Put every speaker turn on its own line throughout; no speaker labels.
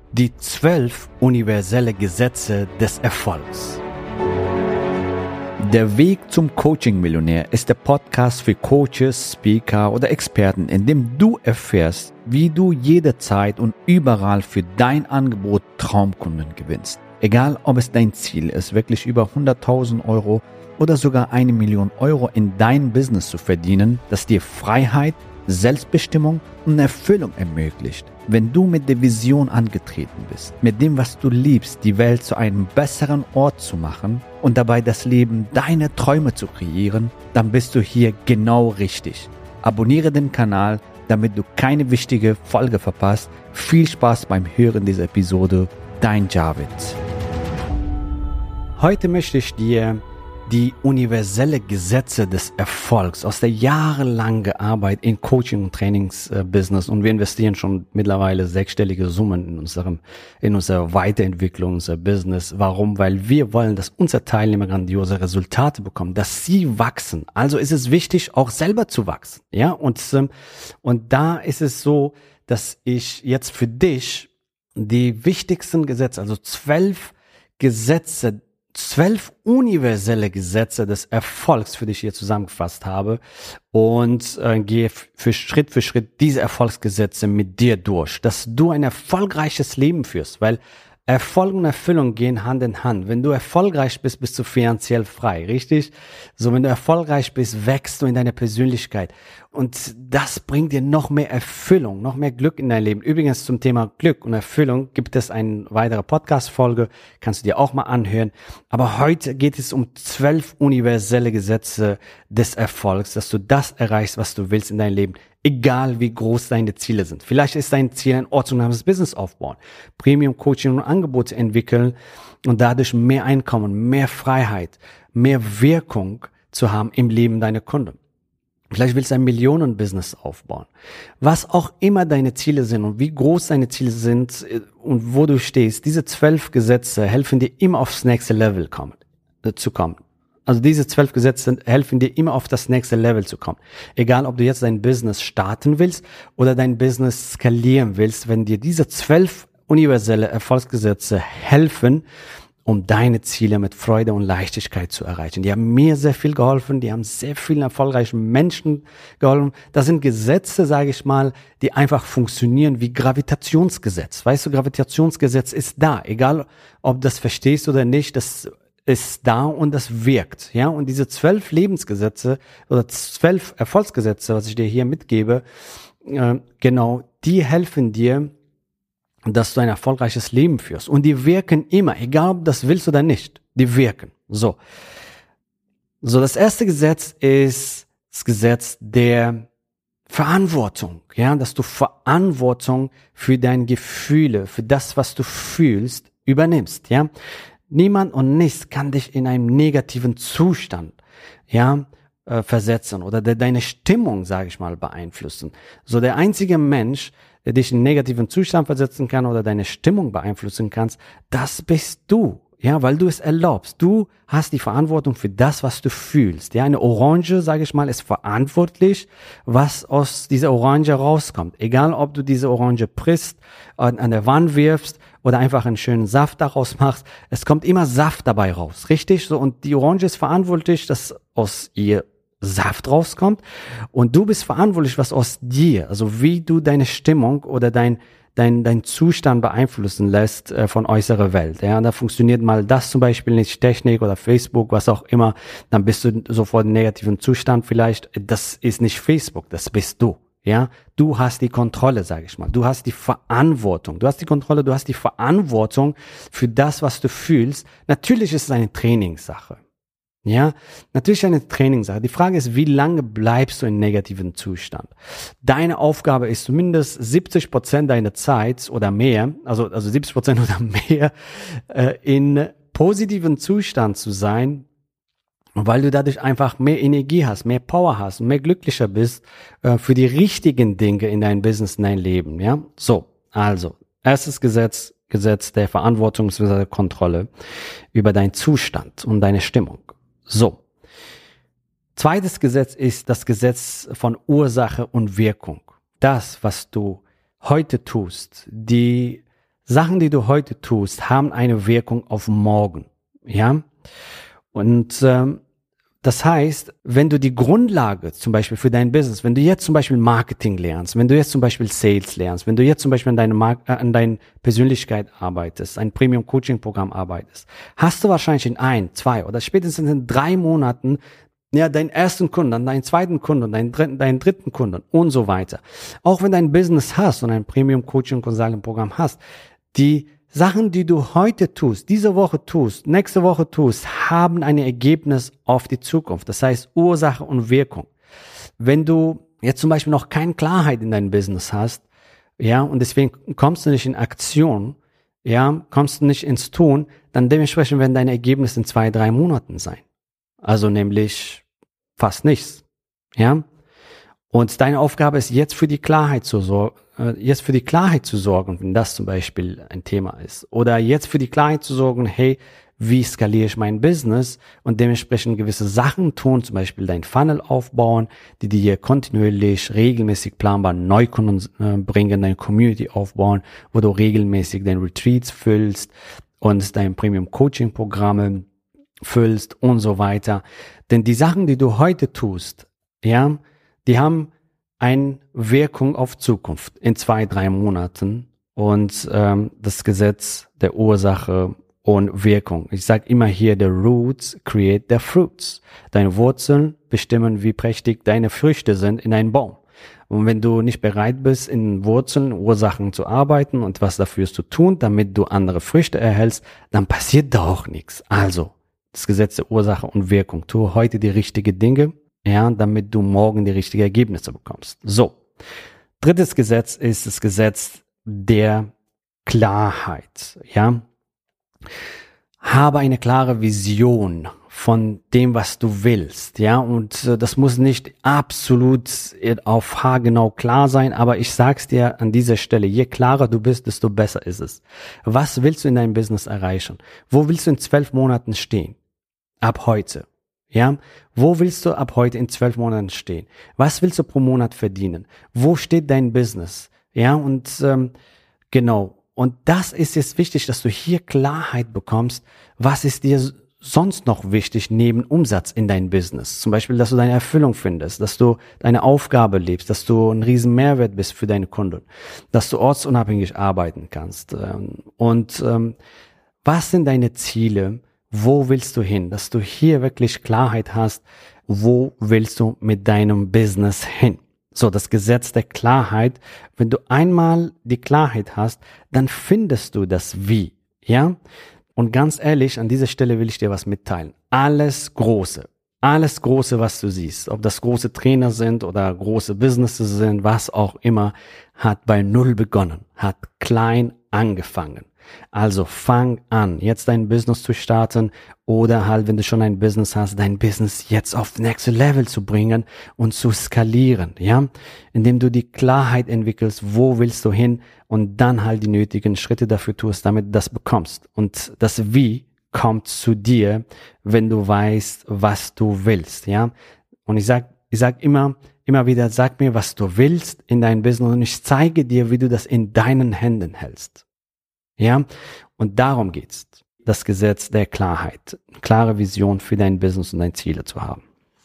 Die 12 universelle Gesetze des Erfolgs. Der Weg zum Coaching-Millionär ist der Podcast für Coaches, Speaker oder Experten, in dem du erfährst, wie du jederzeit und überall für dein Angebot Traumkunden gewinnst. Egal, ob es dein Ziel ist, wirklich über 100.000 Euro oder sogar 1 Million Euro in dein Business zu verdienen, das dir Freiheit, Selbstbestimmung und Erfüllung ermöglicht. Wenn du mit der Vision angetreten bist, mit dem, was du liebst, die Welt zu einem besseren Ort zu machen und dabei das Leben deiner Träume zu kreieren, dann bist du hier genau richtig. Abonniere den Kanal, damit du keine wichtige Folge verpasst. Viel Spaß beim Hören dieser Episode. Dein Javid. Heute möchte ich dir die universelle Gesetze des Erfolgs aus der jahrelangen Arbeit in Coaching- und Trainingsbusiness, und wir investieren schon mittlerweile sechsstellige Summen in unsere Weiterentwicklung, unser Business. Warum? Weil wir wollen, dass unsere Teilnehmer grandiose Resultate bekommen, dass sie wachsen. Also ist es wichtig, auch selber zu wachsen. Ja, und da ist es so, dass ich jetzt für dich die wichtigsten Gesetze, also 12 universelle Gesetze des Erfolgs für dich hier zusammengefasst habe und gehe für Schritt diese Erfolgsgesetze mit dir durch, dass du ein erfolgreiches Leben führst, weil Erfolg und Erfüllung gehen Hand in Hand. Wenn du erfolgreich bist, bist du finanziell frei, richtig? So, wenn du erfolgreich bist, wächst du in deiner Persönlichkeit. Und das bringt dir noch mehr Erfüllung, noch mehr Glück in dein Leben. Übrigens zum Thema Glück und Erfüllung gibt es eine weitere Podcast-Folge, kannst du dir auch mal anhören. Aber heute geht es um 12 universelle Gesetze des Erfolgs, dass du das erreichst, was du willst in deinem Leben. Egal wie groß deine Ziele sind. Vielleicht ist dein Ziel, ein ortsunabhängiges Business aufbauen, Premium-Coaching und Angebote entwickeln und dadurch mehr Einkommen, mehr Freiheit, mehr Wirkung zu haben im Leben deiner Kunden. Vielleicht willst du ein Millionen-Business aufbauen. Was auch immer deine Ziele sind und wie groß deine Ziele sind und wo du stehst, diese 12 Gesetze helfen dir immer aufs nächste Level zu kommen. Also diese 12 Gesetze helfen dir immer auf das nächste Level zu kommen. Egal, ob du jetzt dein Business starten willst oder dein Business skalieren willst, wenn dir diese 12 universelle Erfolgsgesetze helfen, um deine Ziele mit Freude und Leichtigkeit zu erreichen. Die haben mir sehr viel geholfen, die haben sehr vielen erfolgreichen Menschen geholfen. Das sind Gesetze, sage ich mal, die einfach funktionieren wie Gravitationsgesetz. Weißt du, Gravitationsgesetz ist da. Egal, ob du das verstehst oder nicht, das ist da und das wirkt, ja, und diese 12 Lebensgesetze oder 12 Erfolgsgesetze, was ich dir hier mitgebe, genau, die helfen dir, dass du ein erfolgreiches Leben führst, und die wirken immer, egal ob du das willst oder nicht, die wirken, so, das erste Gesetz ist das Gesetz der Verantwortung, ja, dass du Verantwortung für deine Gefühle, für das, was du fühlst, übernimmst, ja. Niemand und nichts kann dich in einen negativen Zustand, ja, versetzen oder deine Stimmung, sage ich mal, beeinflussen. So, der einzige Mensch, der dich in einen negativen Zustand versetzen kann oder deine Stimmung beeinflussen kannst, das bist du. Ja, weil du es erlaubst. Du hast die Verantwortung für das, was du fühlst. Ja, eine Orange, sage ich mal, ist verantwortlich, was aus dieser Orange rauskommt. Egal, ob du diese Orange prisst, an der Wand wirfst oder einfach einen schönen Saft daraus machst. Es kommt immer Saft dabei raus, richtig? So, und die Orange ist verantwortlich, dass aus ihr Saft rauskommt. Und du bist verantwortlich, was aus dir, also wie du deine Stimmung oder dein Zustand beeinflussen lässt von äußerer Welt. Ja, da funktioniert mal das zum Beispiel nicht, Technik oder Facebook, was auch immer, dann bist du sofort im negativen Zustand vielleicht. Das ist nicht Facebook, das bist du. Ja, du hast die Kontrolle, sage ich mal. Du hast die Verantwortung. Du hast die Kontrolle, du hast die Verantwortung für das, was du fühlst. Natürlich ist es eine Trainingssache. Ja, natürlich eine Trainingssache. Die Frage ist, wie lange bleibst du in negativen Zustand? Deine Aufgabe ist zumindest 70% deiner Zeit oder mehr, also 70% oder mehr, in positiven Zustand zu sein, weil du dadurch einfach mehr Energie hast, mehr Power hast, mehr glücklicher bist für die richtigen Dinge in dein Business, in dein Leben. Ja, so, also erstes Gesetz der Verantwortung bzw. Kontrolle über deinen Zustand und deine Stimmung. So, zweites Gesetz ist das Gesetz von Ursache und Wirkung. Das, was du heute tust, die Sachen, die du heute tust, haben eine Wirkung auf morgen. Ja? Und das heißt, wenn du die Grundlage zum Beispiel für dein Business, wenn du jetzt zum Beispiel Marketing lernst, wenn du jetzt zum Beispiel Sales lernst, wenn du jetzt zum Beispiel an deiner Persönlichkeit arbeitest, ein Premium-Coaching-Programm arbeitest, hast du wahrscheinlich in 1, 2 oder spätestens in 3 Monaten deinen ersten Kunden, deinen zweiten Kunden, deinen dritten Kunden und so weiter. Auch wenn du ein Business hast und ein Premium-Coaching-Consulting-Programm hast, die Sachen, die du heute tust, diese Woche tust, nächste Woche tust, haben ein Ergebnis auf die Zukunft. Das heißt Ursache und Wirkung. Wenn du jetzt zum Beispiel noch keine Klarheit in deinem Business hast, ja, und deswegen kommst du nicht in Aktion, ja, kommst du nicht ins Tun, dann dementsprechend werden deine Ergebnisse in 2, 3 Monaten sein. Also nämlich fast nichts, ja. Und deine Aufgabe ist jetzt für die Klarheit zu sorgen, wenn das zum Beispiel ein Thema ist. Oder jetzt für die Klarheit zu sorgen, hey, wie skaliere ich mein Business und dementsprechend gewisse Sachen tun, zum Beispiel dein Funnel aufbauen, die dir kontinuierlich, regelmäßig planbar Neukunden bringen, deine Community aufbauen, wo du regelmäßig deine Retreats füllst und dein Premium-Coaching-Programme füllst und so weiter. Denn die Sachen, die du heute tust, ja, die haben eine Wirkung auf Zukunft in 2, 3 Monaten und das Gesetz der Ursache und Wirkung. Ich sage immer hier, the roots create the fruits. Deine Wurzeln bestimmen, wie prächtig deine Früchte sind in einem Baum. Und wenn du nicht bereit bist, in Wurzeln, Ursachen zu arbeiten und was dafür zu tun, damit du andere Früchte erhältst, dann passiert da auch nichts. Also, das Gesetz der Ursache und Wirkung. Tue heute die richtigen Dinge, ja, damit du morgen die richtigen Ergebnisse bekommst. So. Drittes Gesetz ist das Gesetz der Klarheit, ja. Habe eine klare Vision von dem, was du willst, ja, und das muss nicht absolut auf haargenau klar sein, aber ich sag's dir an dieser Stelle, je klarer du bist, desto besser ist es. Was willst du in deinem Business erreichen? Wo willst du in 12 Monaten stehen? Ab heute. Ja, wo willst du ab heute in 12 Monaten stehen? Was willst du pro Monat verdienen? Wo steht dein Business? Ja, und genau. Und das ist jetzt wichtig, dass du hier Klarheit bekommst. Was ist dir sonst noch wichtig neben Umsatz in dein Business? Zum Beispiel, dass du deine Erfüllung findest, dass du deine Aufgabe lebst, dass du ein riesen Mehrwert bist für deine Kunden, dass du ortsunabhängig arbeiten kannst. Und was sind deine Ziele? Wo willst du hin? Dass du hier wirklich Klarheit hast, wo willst du mit deinem Business hin? So, das Gesetz der Klarheit. Wenn du einmal die Klarheit hast, dann findest du das Wie, ja? Und ganz ehrlich, an dieser Stelle will ich dir was mitteilen. Alles Große, was du siehst, ob das große Trainer sind oder große Businesses sind, was auch immer, hat bei Null begonnen, hat klein angefangen. Also fang an, jetzt dein Business zu starten oder halt, wenn du schon ein Business hast, dein Business jetzt auf next Level zu bringen und zu skalieren, ja, indem du die Klarheit entwickelst, wo willst du hin und dann halt die nötigen Schritte dafür tust, damit du das bekommst. Und das Wie kommt zu dir, wenn du weißt, was du willst, ja. Und ich sag immer wieder, sag mir, was du willst in deinem Business und ich zeige dir, wie du das in deinen Händen hältst. Ja, und darum geht's. Das Gesetz der Klarheit. Klare Vision für dein Business und deine Ziele zu haben.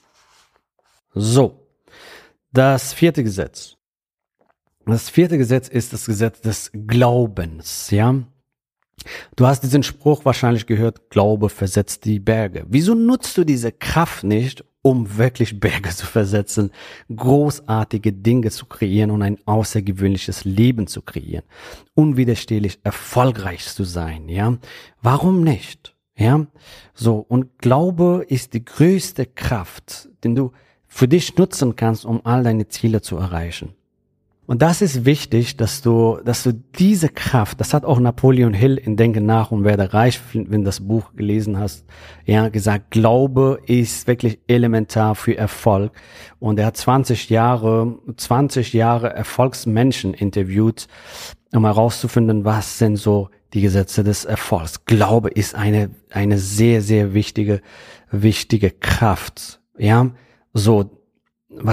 So. Das vierte Gesetz. Das vierte Gesetz ist das Gesetz des Glaubens, ja. Du hast diesen Spruch wahrscheinlich gehört, Glaube versetzt die Berge. Wieso nutzt du diese Kraft nicht, um wirklich Berge zu versetzen, großartige Dinge zu kreieren und ein außergewöhnliches Leben zu kreieren, unwiderstehlich erfolgreich zu sein, ja? Warum nicht? Ja? So, und Glaube ist die größte Kraft, den du für dich nutzen kannst, um all deine Ziele zu erreichen. Und das ist wichtig, dass du diese Kraft, das hat auch Napoleon Hill in Denke nach und werde reich, wenn du das Buch gelesen hast, ja, gesagt, Glaube ist wirklich elementar für Erfolg. Und er hat 20 Jahre Erfolgsmenschen interviewt, um herauszufinden, was sind so die Gesetze des Erfolgs. Glaube ist eine sehr, sehr wichtige Kraft, ja. So, was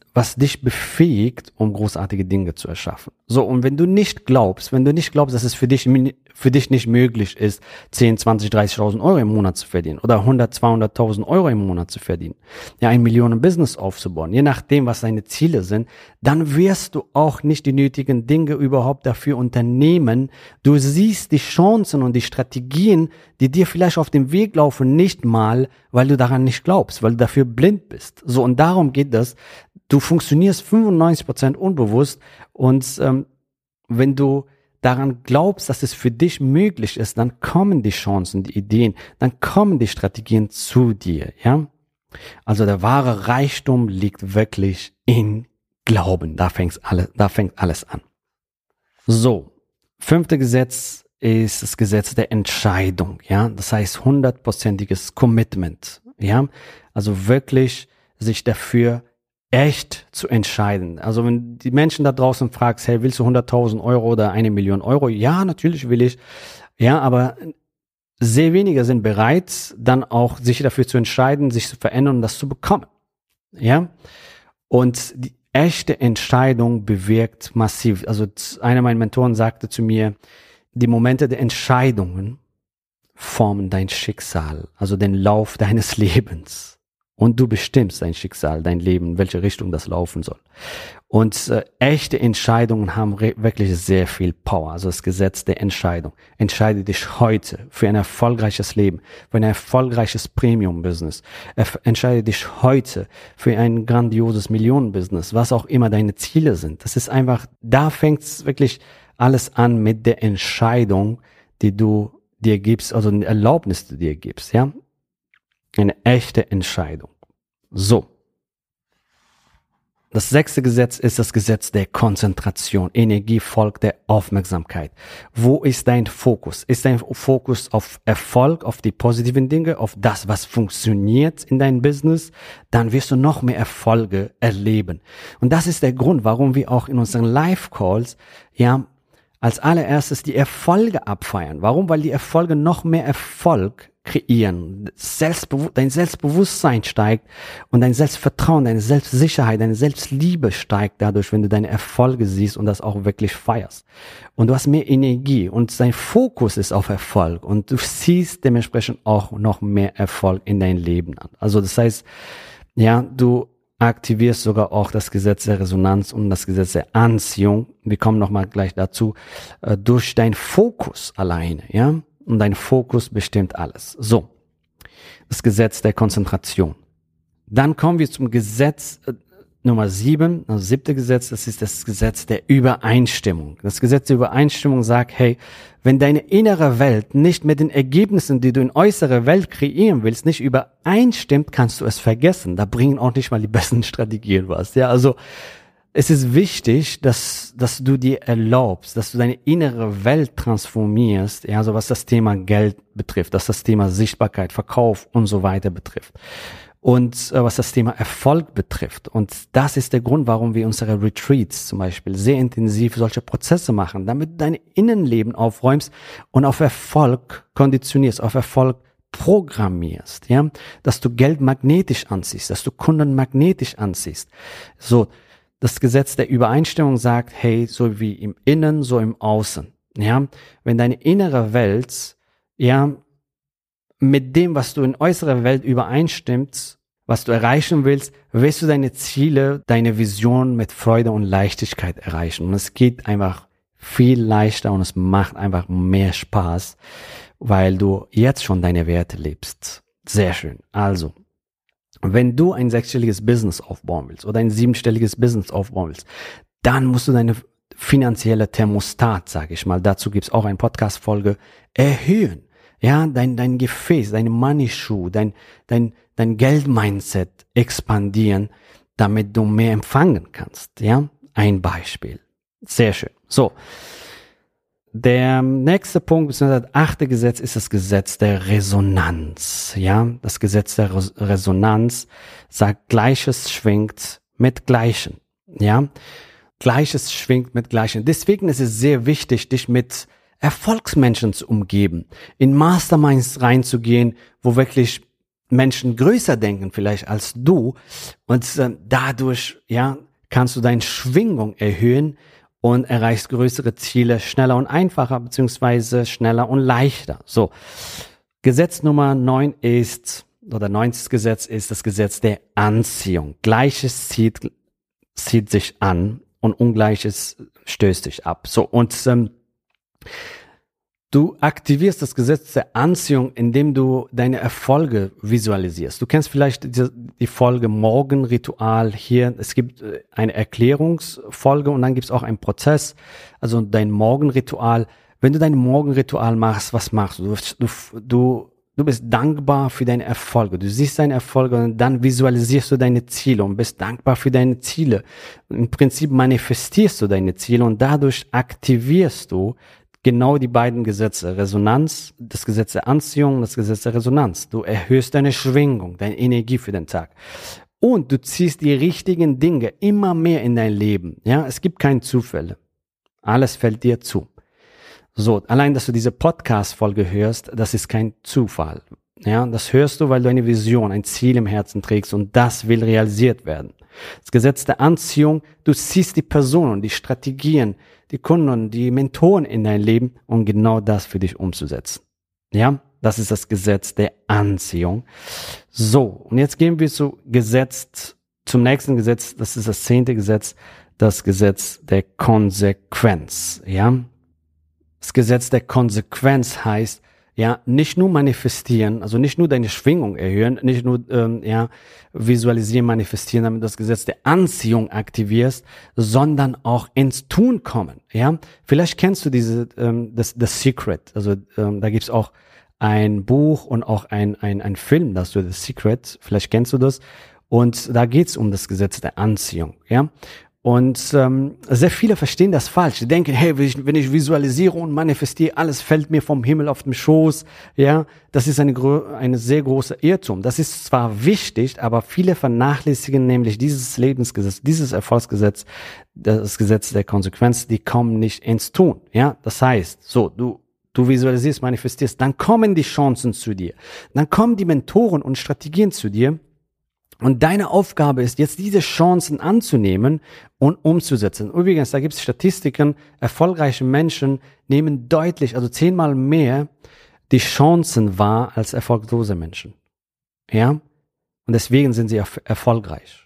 was dich befähigt, um großartige Dinge zu erschaffen. So, und wenn du nicht glaubst, dass es für dich nicht möglich ist, 10, 20, 30.000 Euro im Monat zu verdienen oder 100, 200.000 Euro im Monat zu verdienen, ja, 1 Million Business aufzubauen, je nachdem, was deine Ziele sind, dann wirst du auch nicht die nötigen Dinge überhaupt dafür unternehmen. Du siehst die Chancen und die Strategien, die dir vielleicht auf dem Weg laufen, nicht mal, weil du daran nicht glaubst, weil du dafür blind bist. So, und darum geht es. Du funktionierst 95% unbewusst und wenn du daran glaubst, dass es für dich möglich ist, dann kommen die Chancen, die Ideen, dann kommen die Strategien zu dir, ja? Also der wahre Reichtum liegt wirklich in Glauben. Da fängt alles an. So, 5. Gesetz ist das Gesetz der Entscheidung, ja? Das heißt 100%iges Commitment, ja? Also wirklich sich dafür echt zu entscheiden. Also wenn die Menschen da draußen fragst, hey, willst du 100.000 Euro oder 1 Million Euro? Ja, natürlich will ich. Ja, aber sehr wenige sind bereit, dann auch sich dafür zu entscheiden, sich zu verändern und das zu bekommen. Ja, und die echte Entscheidung bewirkt massiv. Also einer meiner Mentoren sagte zu mir, die Momente der Entscheidungen formen dein Schicksal, also den Lauf deines Lebens. Und du bestimmst dein Schicksal, dein Leben, in welche Richtung das laufen soll. Und echte Entscheidungen haben wirklich sehr viel Power. Also das Gesetz der Entscheidung. Entscheide dich heute für ein erfolgreiches Leben, für ein erfolgreiches Premium-Business. Entscheide dich heute für ein grandioses Millionen-Business, was auch immer deine Ziele sind. Das ist einfach, da fängt es wirklich alles an mit der Entscheidung, die du dir gibst, also eine Erlaubnis, die du dir gibst, ja. Eine echte Entscheidung. So. Das 6. Gesetz ist das Gesetz der Konzentration. Energie folgt der Aufmerksamkeit. Wo ist dein Fokus? Ist dein Fokus auf Erfolg, auf die positiven Dinge, auf das, was funktioniert in deinem Business? Dann wirst du noch mehr Erfolge erleben. Und das ist der Grund, warum wir auch in unseren Live-Calls, ja, als allererstes die Erfolge abfeiern. Warum? Weil die Erfolge noch mehr Erfolg kreieren. Dein Selbstbewusstsein steigt und dein Selbstvertrauen, deine Selbstsicherheit, deine Selbstliebe steigt dadurch, wenn du deine Erfolge siehst und das auch wirklich feierst. Und du hast mehr Energie und dein Fokus ist auf Erfolg und du ziehst dementsprechend auch noch mehr Erfolg in dein Leben an. Also das heißt, ja, du aktivierst sogar auch das Gesetz der Resonanz und das Gesetz der Anziehung. Wir kommen nochmal gleich dazu, durch deinen Fokus alleine, ja. Und dein Fokus bestimmt alles. So, das Gesetz der Konzentration. Dann kommen wir zum Gesetz Nummer 7, das 7. Gesetz, das ist das Gesetz der Übereinstimmung. Das Gesetz der Übereinstimmung sagt, hey, wenn deine innere Welt nicht mit den Ergebnissen, die du in äußere Welt kreieren willst, nicht übereinstimmt, kannst du es vergessen. Da bringen auch nicht mal die besten Strategien was. Ja, also es ist wichtig, dass du dir erlaubst, dass du deine innere Welt transformierst, ja, so was das Thema Geld betrifft, dass das Thema Sichtbarkeit, Verkauf und so weiter betrifft. Und was das Thema Erfolg betrifft. Und das ist der Grund, warum wir unsere Retreats zum Beispiel sehr intensiv solche Prozesse machen, damit du dein Innenleben aufräumst und auf Erfolg konditionierst, auf Erfolg programmierst, ja, dass du Geld magnetisch anziehst, dass du Kunden magnetisch anziehst. So, das Gesetz der Übereinstimmung sagt, hey, so wie im Innen, so im Außen, ja, wenn deine innere Welt, ja, mit dem, was du in äußerer Welt übereinstimmt, was du erreichen willst, wirst du deine Ziele, deine Vision mit Freude und Leichtigkeit erreichen. Und es geht einfach viel leichter und es macht einfach mehr Spaß, weil du jetzt schon deine Werte lebst. Sehr schön. Also, wenn du ein 6-stelliges Business aufbauen willst oder ein 7-stelliges Business aufbauen willst, dann musst du deine finanzielle Thermostat, sage ich mal, dazu gibt's auch eine Podcast-Folge, erhöhen. Ja, dein Gefäß, deine Money Shoe, dein Geld-Mindset expandieren, damit du mehr empfangen kannst. Ja, ein Beispiel. Sehr schön. So. Der nächste Punkt, beziehungsweise das 8. Gesetz, ist das Gesetz der Resonanz. Ja, das Gesetz der Resonanz sagt, Gleiches schwingt mit Gleichen. Ja, Gleiches schwingt mit Gleichen. Deswegen ist es sehr wichtig, dich mit Erfolgsmenschen zu umgeben, in Masterminds reinzugehen, wo wirklich Menschen größer denken vielleicht als du und dadurch, ja, kannst du deine Schwingung erhöhen und erreichst größere Ziele schneller und einfacher, beziehungsweise schneller und leichter. So. Gesetz Nummer 9 ist, oder 9. Gesetz ist das Gesetz der Anziehung. Gleiches zieht sich an und Ungleiches stößt sich ab. So, und du aktivierst das Gesetz der Anziehung, indem du deine Erfolge visualisierst. Du kennst vielleicht die Folge Morgenritual hier. Es gibt eine Erklärungsfolge und dann gibt es auch einen Prozess. Also dein Morgenritual. Wenn du dein Morgenritual machst, was machst du? Du bist dankbar für deine Erfolge. Du siehst deine Erfolge und dann visualisierst du deine Ziele und bist dankbar für deine Ziele. Im Prinzip manifestierst du deine Ziele und dadurch aktivierst du genau die beiden Gesetze. Resonanz, das Gesetz der Anziehung, das Gesetz der Resonanz. Du erhöhst deine Schwingung, deine Energie für den Tag. Und du ziehst die richtigen Dinge immer mehr in dein Leben. Ja, es gibt keine Zufälle. Alles fällt dir zu. So, allein, dass du diese Podcast-Folge hörst, das ist kein Zufall. Ja, das hörst du, weil du eine Vision, ein Ziel im Herzen trägst und das will realisiert werden. Das Gesetz der Anziehung, du ziehst die Personen, die Strategien, die Kunden, die Mentoren in dein Leben, um genau das für dich umzusetzen. Ja, das ist das Gesetz der Anziehung. So, und jetzt gehen wir zum nächsten Gesetz, das ist das 10. Gesetz, das Gesetz der Konsequenz. Ja, das Gesetz der Konsequenz heißt, ja, nicht nur manifestieren, also nicht nur deine Schwingung erhöhen, nicht nur visualisieren, manifestieren, damit du das Gesetz der Anziehung aktivierst, sondern auch ins Tun kommen. Ja, vielleicht kennst du das Secret. Also da gibt's auch ein Buch und auch ein Film, das du The Secret. Vielleicht kennst du das. Und da geht's um das Gesetz der Anziehung. Ja. Und sehr viele verstehen das falsch. Die denken, hey, wenn ich visualisiere und manifestiere, alles fällt mir vom Himmel auf den Schoß. Ja, das ist eine sehr große Irrtum. Das ist zwar wichtig, aber viele vernachlässigen nämlich dieses Lebensgesetz, dieses Erfolgsgesetz, das Gesetz der Konsequenz, die kommen nicht ins Tun. Ja, das heißt, so, du visualisierst, manifestierst, dann kommen die Chancen zu dir. Dann kommen die Mentoren und Strategien zu dir. Und deine Aufgabe ist jetzt, diese Chancen anzunehmen und umzusetzen. Übrigens, da gibt es Statistiken, erfolgreiche Menschen nehmen deutlich, also 10-mal mehr die Chancen wahr als erfolglose Menschen. Ja? Und deswegen sind sie erfolgreich.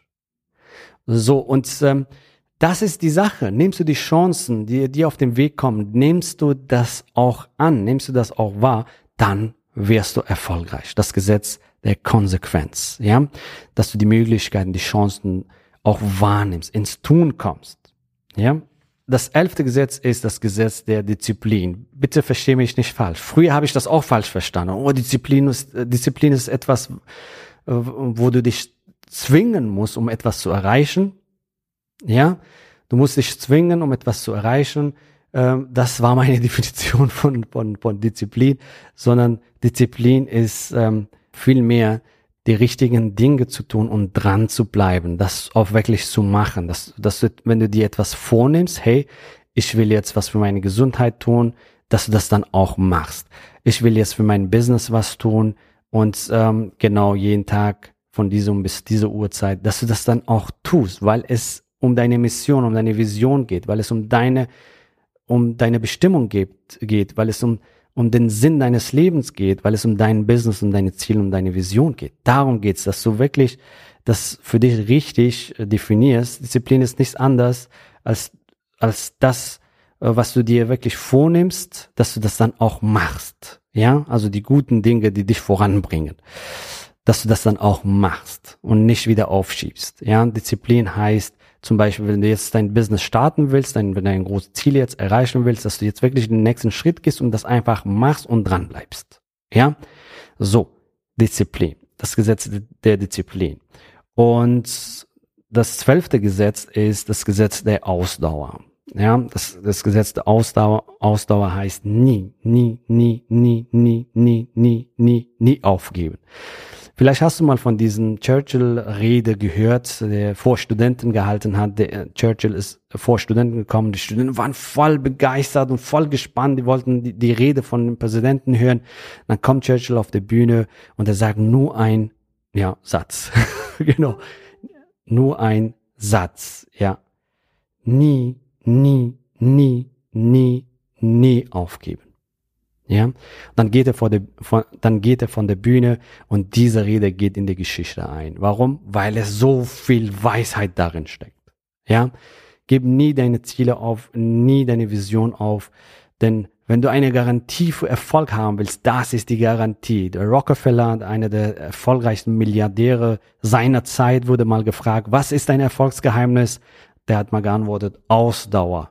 So, und das ist die Sache. Nimmst du die Chancen, die dir auf den Weg kommen, nimmst du das auch an, nimmst du das auch wahr, dann wirst du erfolgreich. Das Gesetz der Konsequenz, ja, dass du die Möglichkeiten, die Chancen auch wahrnimmst, ins Tun kommst, ja. Das 11. Gesetz ist das Gesetz der Disziplin. Bitte verstehe mich nicht falsch. Früher habe ich das auch falsch verstanden. Oh, Disziplin ist etwas, wo du dich zwingen musst, um etwas zu erreichen, ja. Du musst dich zwingen, um etwas zu erreichen. Das war meine Definition von Disziplin, sondern Disziplin ist vielmehr die richtigen Dinge zu tun und dran zu bleiben, das auch wirklich zu machen, dass du, wenn du dir etwas vornimmst, hey, ich will jetzt was für meine Gesundheit tun, dass du das dann auch machst. Ich will jetzt für mein Business was tun und genau jeden Tag von diesem bis dieser Uhrzeit, dass du das dann auch tust, weil es um deine Mission, um deine Vision geht, weil es um deine Bestimmung geht, weil es um den Sinn deines Lebens geht, weil es um dein Business, um deine Ziele, um deine Vision geht. Darum geht's, dass du wirklich das für dich richtig definierst. Disziplin ist nichts anderes als das, was du dir wirklich vornimmst, dass du das dann auch machst. Ja, also die guten Dinge, die dich voranbringen, dass du das dann auch machst und nicht wieder aufschiebst. Ja, Disziplin heißt, zum Beispiel, wenn du jetzt dein Business starten willst, wenn du ein großes Ziel jetzt erreichen willst, dass du jetzt wirklich den nächsten Schritt gehst und das einfach machst und dran bleibst. Ja? So, Disziplin. Das Gesetz der Disziplin. Und das 12. Gesetz ist das Gesetz der Ausdauer. Ja, das Gesetz der Ausdauer heißt nie aufgeben. Vielleicht hast du mal von diesen Churchill-Rede gehört, der vor Studenten gehalten hat. Churchill ist vor Studenten gekommen. Die Studenten waren voll begeistert und voll gespannt. Die wollten die Rede von dem Präsidenten hören. Dann kommt Churchill auf die Bühne und er sagt nur ein Satz. Genau. Nur ein Satz. Ja. Nie, nie, nie, nie, nie aufgeben. Ja, dann geht er von der Bühne und diese Rede geht in die Geschichte ein. Warum? Weil es so viel Weisheit darin steckt. Ja, gib nie deine Ziele auf, nie deine Vision auf, denn wenn du eine Garantie für Erfolg haben willst, das ist die Garantie. Der Rockefeller, einer der erfolgreichsten Milliardäre seiner Zeit, wurde mal gefragt, was ist dein Erfolgsgeheimnis? Der hat mal geantwortet, Ausdauer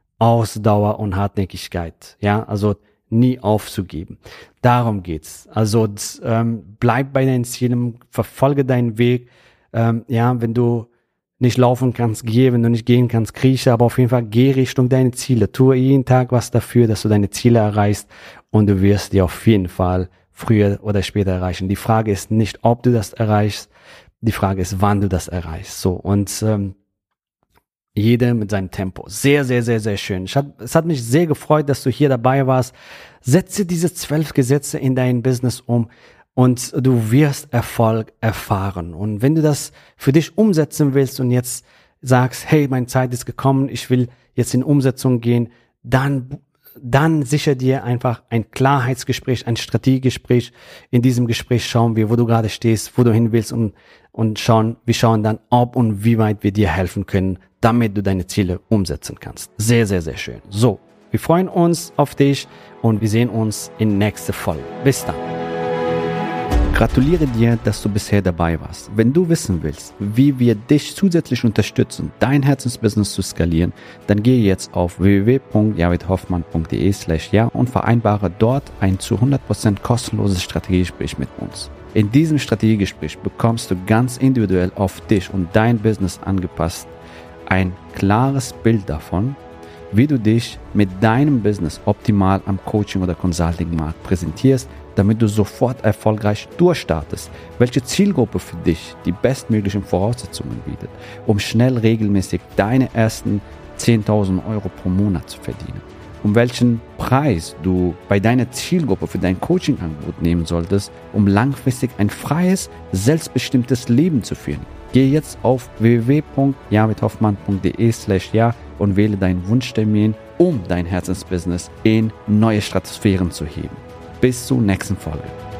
und Hartnäckigkeit. Ja, also nie aufzugeben. Darum geht's. Also bleib bei deinen Zielen, verfolge deinen Weg. Wenn du nicht laufen kannst, geh, wenn du nicht gehen kannst, krieche, aber auf jeden Fall geh Richtung deine Ziele. Tue jeden Tag was dafür, dass du deine Ziele erreichst und du wirst die auf jeden Fall früher oder später erreichen. Die Frage ist nicht, ob du das erreichst, die Frage ist, wann du das erreichst. So, und jeder mit seinem Tempo. Sehr, sehr, sehr, sehr schön. Es hat mich sehr gefreut, dass du hier dabei warst. Setze diese 12 Gesetze in dein Business um und du wirst Erfolg erfahren. Und wenn du das für dich umsetzen willst und jetzt sagst, hey, meine Zeit ist gekommen, ich will jetzt in Umsetzung gehen, dann sicher dir einfach ein Klarheitsgespräch, ein Strategiegespräch. In diesem Gespräch schauen wir, wo du gerade stehst, wo du hin willst und wir schauen dann, ob und wie weit wir dir helfen können, damit du deine Ziele umsetzen kannst. Sehr, sehr, sehr schön. So, wir freuen uns auf dich und wir sehen uns in nächster Folge. Bis dann. Gratuliere dir, dass du bisher dabei warst. Wenn du wissen willst, wie wir dich zusätzlich unterstützen, dein Herzensbusiness zu skalieren, dann gehe jetzt auf www.javidhoffmann.de/ja und vereinbare dort ein zu 100% kostenloses Strategiegespräch mit uns. In diesem Strategiegespräch bekommst du ganz individuell auf dich und dein Business angepasst ein klares Bild davon, wie du dich mit deinem Business optimal am Coaching- oder Consulting-Markt präsentierst, damit du sofort erfolgreich durchstartest, welche Zielgruppe für dich die bestmöglichen Voraussetzungen bietet, um schnell regelmäßig deine ersten 10.000 Euro pro Monat zu verdienen, um welchen Preis du bei deiner Zielgruppe für dein Coaching-Angebot nehmen solltest, um langfristig ein freies, selbstbestimmtes Leben zu führen. Geh jetzt auf www.javidhoffmann.de/ja und wähle deinen Wunschtermin, um dein Herzensbusiness in neue Stratosphären zu heben. Bis zur nächsten Folge.